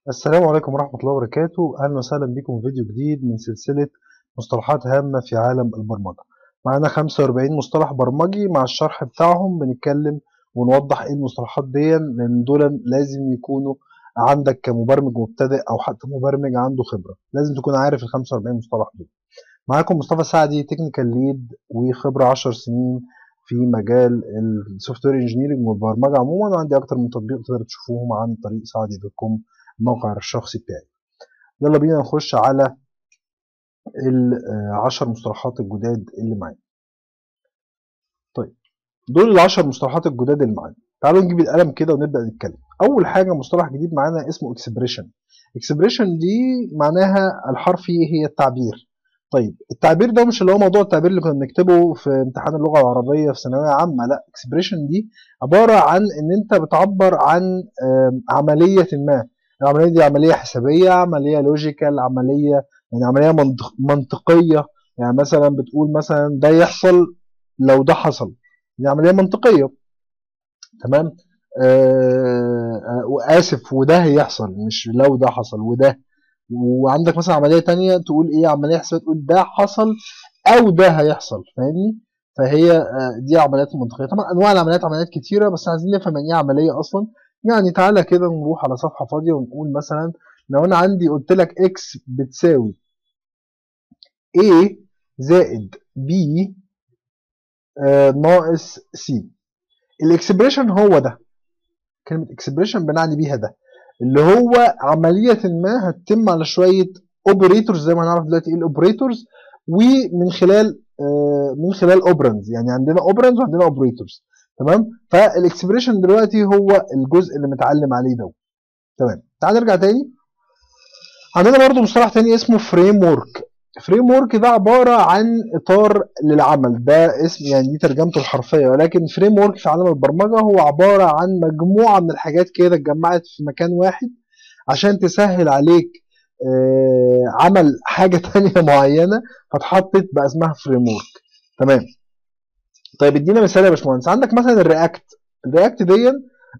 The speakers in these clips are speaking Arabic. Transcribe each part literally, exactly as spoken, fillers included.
السلام عليكم ورحمة الله وبركاته. أهلا وسهلا بكم في فيديو جديد من سلسلة مصطلحات هامة في عالم البرمجة. معانا خمسة وأربعين مصطلح برمجي مع الشرح بتاعهم، بنتكلم ونوضح ايه المصطلحات دي، لأن دول لازم يكونوا عندك كمبرمج مبتدئ أو حتى مبرمج عنده خبرة، لازم تكون عارف ال خمسة وأربعين مصطلح دول. معاكم مصطفى سعدي، تكنيكال ليد وخبرة عشر سنين في مجال السوفت وير انجينيرنج والبرمجة عموما، وعندي أكتر من تطبيق تقدر تشوفوهم عن طريق سعدي دوت كوم، الموقع الشخصي بتاعي. يلا بينا نخش على العشر مصطلحات الجداد اللي معانا. طيب، دول العشر مصطلحات الجداد اللي معانا. تعالوا نجيب القلم كده ونبدأ نتكلم. أول حاجة مصطلح جديد معانا اسمه اكسبريشن. اكسبريشن دي معناها الحرفي هي التعبير. طيب، التعبير ده مش اللي هو موضوع التعبير اللي كنا بنكتبه في امتحان اللغة العربية في ثانوية عامة، لا، اكسبريشن دي عبارة عن ان انت بتعبر عن عملية ما. العملية دي عملية حسابية، عملية لوجيكال، عملية يعني عملية منطق منطقية. يعني مثلا بتقول مثلا ده يحصل لو ده حصل، دي عملية منطقية. تمام. آه آه وآسف، وده هيحصل، مش لو ده حصل وده. وعندك مثلا عملية تانية تقول ايه، عملية حسابية تقول ده حصل او ده هيحصل، فاهمني؟ فهي آه دي عمليات منطقية. طبعا انواع العمليات عمليات كتيرة، بس عايزين نفهم يعني ايه عملية اصلا. يعني تعالى كده نروح على صفحة فاضية ونقول مثلا لو انا عندي قلت لك x بتساوي a زائد b آه ناقص c. الاكسبريشن هو ده، كلمة اكسبريشن بنعني بيها ده، اللي هو عملية ما هتتم على شوية اوبريتورز، زي ما هنعرف دلوقتي ايه الاوبريتورز، ومن خلال آه من خلال اوبرانز. يعني عندنا اوبرانز وعندنا اوبريتورز. تمام. فالاكسبريشن دلوقتي هو الجزء اللي متعلم عليه ده. تمام، تعال نرجع تاني. عندنا برضو مصطلح تاني اسمه فريم ورك. فريم ورك ده عبارة عن إطار للعمل، ده اسم يعني دي ترجمته الحرفية، ولكن فريم ورك في عالم البرمجة هو عبارة عن مجموعة من الحاجات كده اتجمعت في مكان واحد عشان تسهل عليك آه عمل حاجة تانية معينة، فاتحطت بقى اسمها فريم ورك. تمام. طيب ادينا مثال يا باشمهندس. عندك مثلا الرياكت. الرياكت دي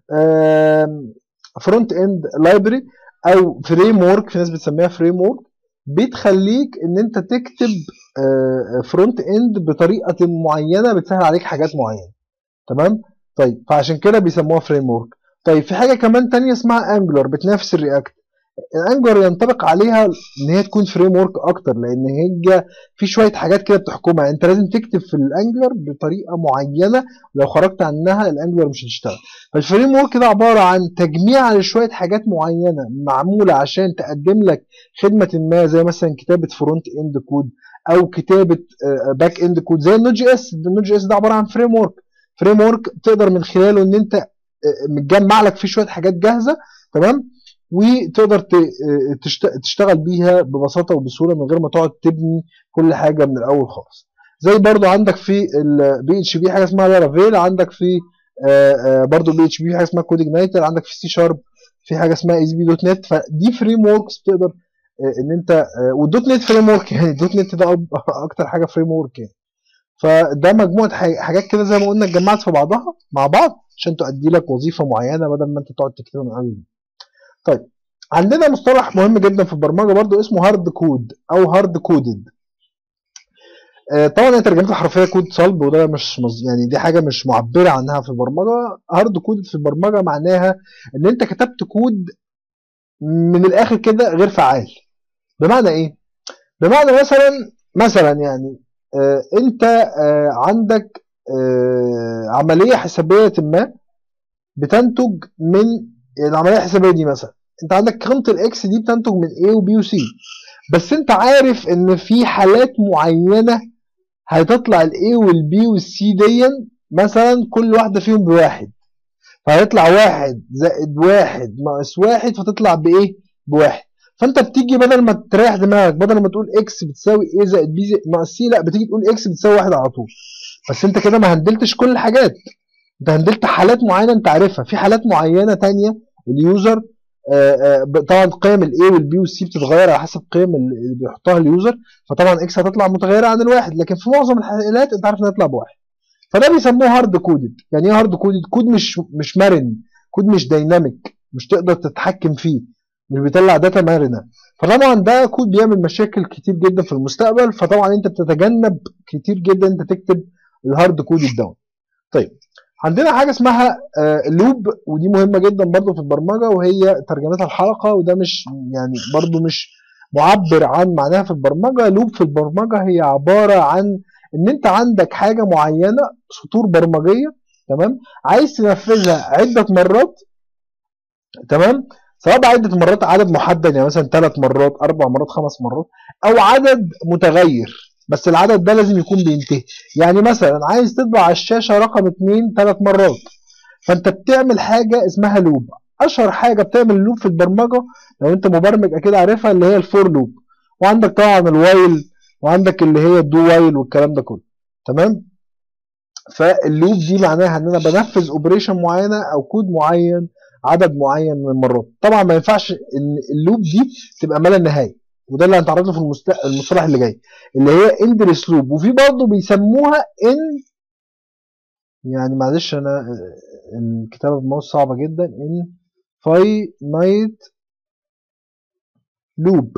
فرونت اند لايبرري او فريم ورك، في ناس بتسميها فريم ورك، بتخليك ان انت تكتب فرونت اند بطريقه معينه بتسهل عليك حاجات معينه. تمام. طيب، فعشان كده بيسموها فريم ورك. طيب، في حاجه كمان تانية اسمها انجلر بتنافس الرياكت. الانجلر ينطبق عليها ان هي تكون فريم ورك اكتر، لان هي في شويه حاجات كده بتحكمها. انت لازم تكتب في الانجلر بطريقه معينه، لو خرجت عنها الانجلر مش هتشتغل. فالفريم ورك ده عباره عن تجميع لشويه حاجات معينه معموله عشان تقدم لك خدمه ما، زي مثلا كتابه فرونت اند كود او كتابه باك اند كود، زي النود جي اس. النود جي اس ده عباره عن فريم ورك. فريم ورك تقدر من خلاله ان انت متجمع لك فيه شويه حاجات جاهزه. تمام. وتقدر تشتغل بيها ببساطه وبسهوله من غير ما تقعد تبني كل حاجه من الاول خالص. زي برضو عندك في البي اتش بي حاجه اسمها لارافيل، عندك في برضو بي اتش بي حاجه اسمها كود اجنايتر، عندك في سي شارب في حاجه اسمها اي بي دوت نت. فدي فريم وركس بتقدر ان انت، والدوت نت فريم ورك، يعني الدوت نت ده اكتر حاجه فريم ورك يعني. فده مجموعه حاجات كده زي ما قلنا اتجمعت في بعضها مع بعض عشان تؤدي لك وظيفه معينه بدل ما انت تقعد تكتبها من اول. طيب، عندنا مصطلح مهم جدا في البرمجه برضو اسمه هارد كود او هارد كودد. آه طبعا هي ترجمتها الحرفيه كود صلب، وده مش يعني دي حاجه مش معبره عنها في البرمجه. هارد كودد في البرمجه معناها ان انت كتبت كود من الاخر كده غير فعال. بمعنى ايه؟ بمعنى مثلا مثلا يعني آه انت آه عندك آه عمليه حسابيه ما بتنتج من العمليه الحسابيه دي. مثلا انت عندك قيمه الاكس دي بتنتج من A وبي وسي، بس انت عارف ان في حالات معينه هتطلع الاي والبي والسي دي مثلا كل واحده فيهم بواحد، فهيطلع واحد زائد واحد ناقص واحد فتطلع بايه؟ بواحد. فانت بتيجي بدل ما تريح دماغك، بدل ما تقول اكس بتساوي ايه زائد بي ناقص سي، لا، بتيجي تقول اكس بتساوي واحد على طول. بس انت كده ما هندلتش كل الحاجات، انت هندلت حالات معينه انت عارفها. في حالات معينه تانية اليوزر آآ آآ طبعا قيم الاي والبي والسي بتتغير على حسب قيم اللي بيحطها اليوزر، فطبعا اكس هتطلع متغيره عن الواحد، لكن في معظم الحالات انت عارف انها هتطلع بواحد. فده بيسموه هارد كودد. يعني ايه هارد كودد؟ كود مش مش مرن، كود مش دايناميك، مش تقدر تتحكم فيه. مش بيطلع داتا مرنه. فطبعا ده كود بيعمل مشاكل كتير جدا في المستقبل، فطبعا انت بتتجنب كتير جدا انت تكتب الهارد كود الداون. طيب عندنا حاجه اسمها لوب، ودي مهمه جدا برضو في البرمجه، وهي ترجمتها الحلقه، وده مش يعني برضو مش معبر عن معناها في البرمجه. لوب في البرمجه هي عباره عن ان انت عندك حاجه معينه، سطور برمجيه، تمام، عايز تنفذها عده مرات، تمام، سواء بعدة مرات، عدد محدد يعني مثلا ثلاث مرات، اربع مرات، خمس مرات، او عدد متغير، بس العدد ده لازم يكون بينتهي. يعني مثلا عايز تطبع على الشاشه رقم اتنين ثلاث مرات، فانت بتعمل حاجه اسمها لوب. اشهر حاجه بتعمل لوب في البرمجه لو انت مبرمج اكيد عارفها، اللي هي الفور لوب، وعندك طبعا الوايل، وعندك اللي هي الدو وايل والكلام ده كله، تمام. فاللوب دي معناها ان انا بنفذ اوبريشن معينه او كود معين عدد معين من المرات. طبعا ما ينفعش ان اللوب دي تبقى ما لا نهايه، وده اللي هنتعرض له في المست... المصطلح اللي جاي، اللي هي اندلس لوب. وفي برضه بيسموها ان، يعني معلش انا الكتابه بماوس صعبه جدا، ان فاينايت لوب،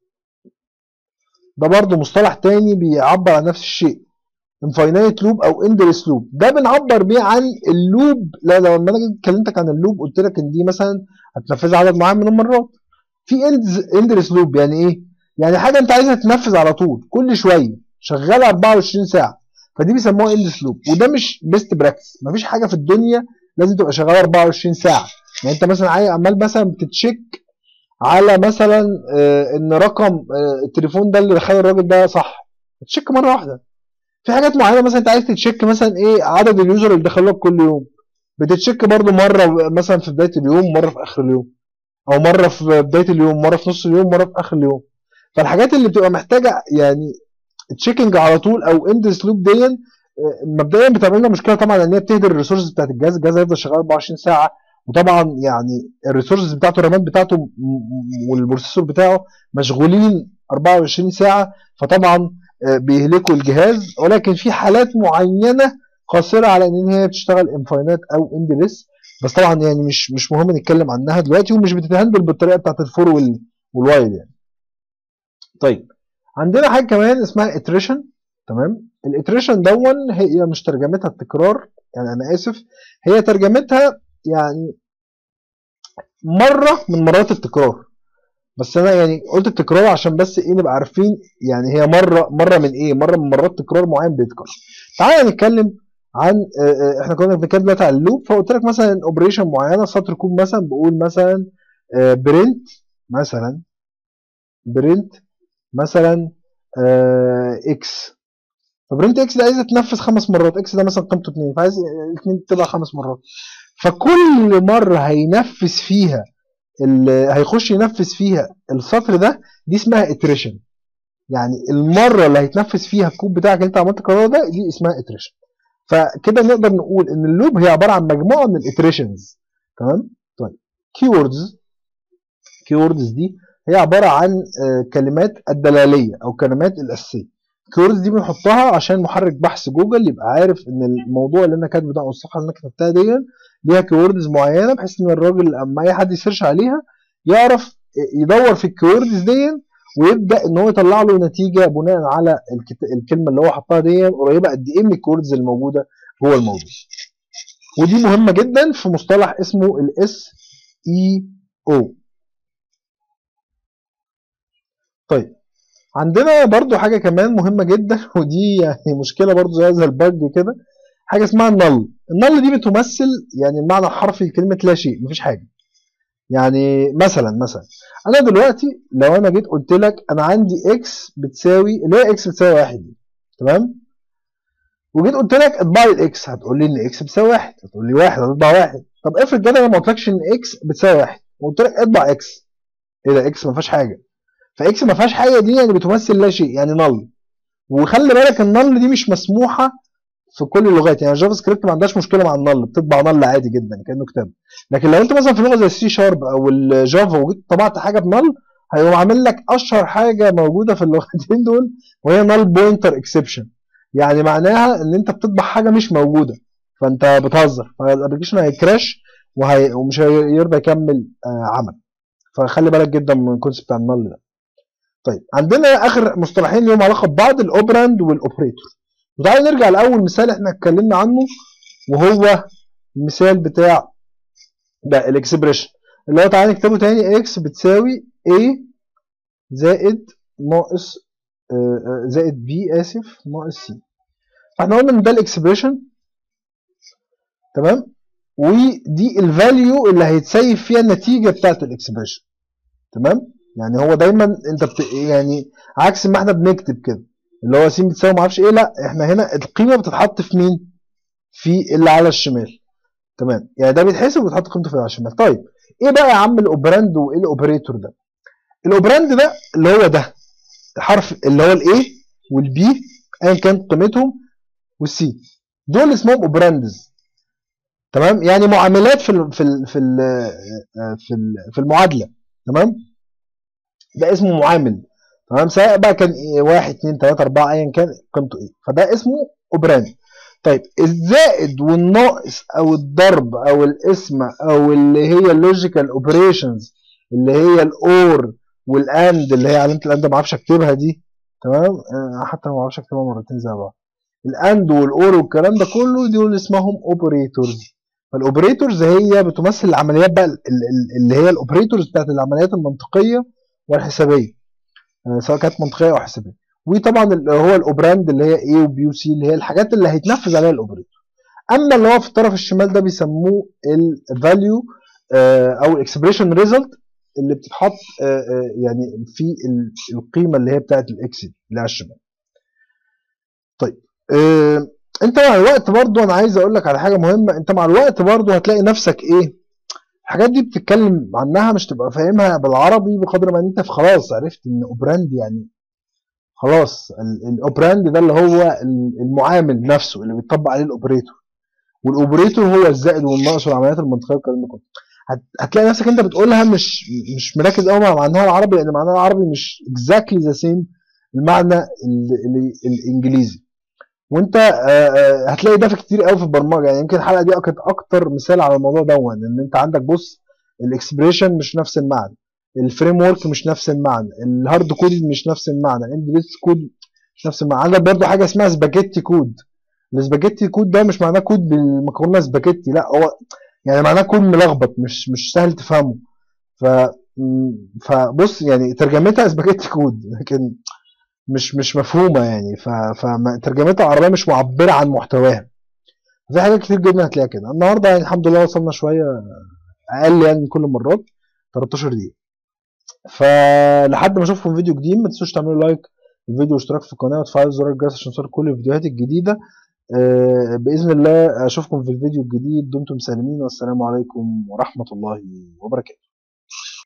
ده برضه مصطلح تاني بيعبر عن نفس الشيء. انفاينايت لوب او اندلس لوب ده بنعبر بيه عن اللوب. لا لو لما انا جيت كلمتك عن اللوب قلت لك ان دي مثلا هتنفذها عدد معين من المرات. في اندلس لوب يعني ايه؟ يعني حاجه انت عايزها تنفذ على طول كل شويه، شغاله اربعة وعشرين ساعه، فدي بيسموها اندلس لوب. وده مش بيست براكتس، مفيش حاجه في الدنيا لازم تبقى شغاله اربعة وعشرين ساعه. يعني انت مثلا عايز عمال مثلا بتتشيك على مثلا آه ان رقم آه التليفون ده اللي دخل الراجل ده صح، تشيك مره واحده. في حاجات معينه مثلا انت عايز تتشيك مثلا ايه عدد اليوزر اللي دخلوك كل يوم، بتتشيك برضو مره مثلا في بدايه اليوم، مره في اخر اليوم، او مره في بدايه اليوم، مره في نص اليوم، مره في اخر اليوم. فالحاجات اللي بتبقى محتاجه يعني تشيكنج على طول او اندلس لوب دي مبدئيا بتعمل لنا مشكله طبعا، ان هي بتهدر الريسورسز بتاعت الجهاز. الجهاز هيفضل شغال اربعة وعشرين ساعه، وطبعا يعني الريسورسز بتاعته، الرامات بتاعته والبروسيسور بتاعه مشغولين اربعة وعشرين ساعه، فطبعا بيهلكوا الجهاز. ولكن في حالات معينه قاصره على ان هي بتشتغل انفاينات او اندلس، بس طبعا يعني مش مش مهم نتكلم عنها دلوقتي، ومش بتتهندل بالطريقه بتاعت الفور والوايل يعني. طيب عندنا حاجه كمان اسمها اتريشن، تمام. الاتريشن دون هي مش ترجمتها التكرار، يعني انا اسف، هي ترجمتها يعني مره من مرات التكرار، بس انا يعني قلت التكرار عشان بس ايه نبقى عارفين يعني هي مره مره من ايه، مره من مرات تكرار معين بيتكرر. تعالى نتكلم عن احنا كنا بنتكلم دلوقتي عن اللوب، فقلت لك مثلا اوبريشن معينه، سطر كود مثلا بقول مثلا برنت مثلا برنت مثلا اكس. فبرنت اكس ده عايزه تنفذ خمس مرات، اكس ده مثلا قيمته اتنين، فعايز اتنين تبقى خمس مرات. فكل مره هينفذ فيها هيخش ينفذ فيها السطر ده، دي اسمها اتريشن. يعني المره اللي هيتنفذ فيها الكود بتاعك اللي انت عملت القرار ده، دي اسمها اتريشن. فكده نقدر نقول ان اللوب هي عباره عن مجموعه من الاتريشنز، تمام. طيب كيوردز، كيوردز دي هي عباره عن كلمات الدلاليه او كلمات الاساسيه. الكيوردز دي بنحطها عشان محرك بحث جوجل يبقى عارف ان الموضوع اللي انا كاتبه ده او الصفحه اللي انا كتبتها دي ليها كيوردز معينه، بحيث ان الراجل اما اي حد يسيرش عليها يعرف يدور في الكيوردز دي، ويبدا ان هو يطلع له نتيجه بناء على الكلمه اللي هو حطها دي قريبه قد ايه من الكيوردز الموجوده جوه الموضوع. ودي مهمه جدا في مصطلح اسمه الاس اي او. طيب عندنا برضو حاجه كمان مهمه جدا، ودي يعني مشكله برضو زي هذا البج كده، حاجه اسمها النل. النل دي بتمثل يعني المعنى الحرفي لكلمه لا شيء، مفيش حاجه. يعني مثلا مثلا انا دلوقتي لو انا جيت قلت لك انا عندي اكس بتساوي اللي هي اكس بتساوي واحد دي، تمام، وجيت قلت لك اطبع لي الاكس، هتقول لي ان اكس بتساوي واحد، هتقول لي واحد، هتطبع واحد. طب افرض كده انا ما قلتلكش ان اكس بتساوي واحد وقلت لك اطبع اكس، ايه ده؟ اكس ما فيهاش حاجه. فاكس ما فيهاش حاجه دي يعني بتمثل لا شيء، يعني نل. وخلي بالك النل دي مش مسموحه في كل اللغات، يعني الجافا سكريبت ما عندهاش مشكله مع النل، بتطبع نل عادي جدا كانه كتاب. لكن لو انت مثلا في لغه زي السي شارب او الجافا وجيت طبعت حاجه بنل، هيقوم عامل لك اشهر حاجه موجوده في اللغتين دول، وهي نل بوينتر اكسبشن. يعني معناها ان انت بتطبع حاجه مش موجوده، فانت بتهزر، فالابلكيشن هيكراش وهي... ومش هيرضى يكمل آه عمل. فخلي بالك جدا من الكونسيبت بتاع النل ده. طيب عندنا اخر مصطلحين ليهم علاقه ببعض، الاوبراند والاوبريتور. وتعالى نرجع لاول مثال احنا اتكلمنا عنه، وهو المثال بتاع ده الاكسبريشن، اللي هو تعالى نكتبه تاني، اكس بتساوي A زائد ناقص آه، زائد B اسف ناقص C. فاحنا قلنا ان ده الاكسبريشن، تمام، ودي الفاليو اللي هيتسيف فيها النتيجه بتاعت الاكسبريشن، تمام. يعني هو دايما انت بت... يعني عكس ما احنا بنكتب كده اللي هو س بتساوي ما اعرفش ايه، لا احنا هنا القيمه بتتحط في مين؟ في اللي على الشمال، تمام. يعني ده بيتحسب وبيتحط قيمته في اللي على الشمال. طيب ايه بقى يا عم الاوبراند وايه الاوبريتور ده؟ الاوبراند ده اللي هو ده الحرف اللي هو الاي والبي ايا كان قيمتهم والسي، دول اسمهم اوبراندز، تمام. يعني معاملات في ال في ال في ال في ال في المعادله، تمام. ده اسمه معامل، تمام، سواء بقى كان إيه واحد اتنين تلاته اربعه ايا كان قيمته ايه، فده اسمه اوبراند. طيب الزائد والناقص او الضرب او القسمه او اللي هي اللوجيكال اوبريشنز اللي هي الاور والاند اللي هي علامه الاند ما اعرفش اكتبها دي، تمام. آه، حتى ما اعرفش اكتبها مرتين زي بعض. الاند والاور والكلام ده كله دول اسمهم اوبريتورز. فالاوبريتورز هي بتمثل العمليات بقى ال- ال- اللي هي الاوبريتورز بتاعت العمليات المنطقيه والحسابيه، آه، سواء كانت منطقيه او حسابيه. وطبعا اللي هو الاوبراند اللي هي A وبي وسي اللي هي الحاجات اللي هيتنفذ عليها الاوبريتور. اما اللي هو في الطرف الشمال ده بيسموه الفاليو او الاكسبريشن ريزلت اللي بتتحط آه، آه، يعني في ال- القيمه اللي هي بتاعت الاكس دي اللي على الشمال. طيب آه، انت مع الوقت برضو انا عايز اقول لك على حاجه مهمه، انت مع الوقت برضو هتلاقي نفسك ايه، الحاجات دي بتتكلم عنها مش تبقى فاهمها بالعربي بقدر ما انت خلاص عرفت ان اوبراند يعني خلاص ال- الاوبراند ده اللي هو ال- المعامل نفسه اللي بيطبق عليه الاوبريتور، والاوبريتور هو الزائد والناقص والعمليات المنطقيه والكلام ده كله. هت- هتلاقي نفسك انت بتقولها مش مش مركز قوي مع معناها العربي، لان معناها العربي مش اكزاكتلي ذا سيم المعنى ال- ال- الانجليزي. وانت آه، آه، هتلاقي ده في كتير قوي في البرمجه. يعني يمكن الحلقه دي كانت اكتر مثال على الموضوع ده، ان انت عندك بص الاكسبريشن مش نفس المعنى، الفريم ورك مش نفس المعنى، الهارد كود مش نفس المعنى، الاندلس كود مش نفس المعنى. عندك برضو حاجه اسمها سباجيتي كود. السباجيتي كود ده مش معناه كود بالمكرونه سباجيتي، لا هو يعني معناه كود ملخبط مش مش سهل تفهمه. ف م- فبص يعني ترجمتها سباجيتي كود لكن مش مش مفهومه يعني، ف فترجمتها العربيه مش معبره عن محتواها. في حاجات كتير جدا هتلاقيها كده. النهارده يعني الحمد لله وصلنا شويه اقل يعني من كل المرات تلتاشر دقيقه. فلحد ما اشوفكم فيديو جديد ما تنسوش تعملوا لايك الفيديو واشتراك في القناه وتفعلوا زر الجرس عشان توصلوا كل الفيديوهات الجديده. آه، باذن الله اشوفكم في الفيديو الجديد. دمتم سالمين والسلام عليكم ورحمه الله وبركاته.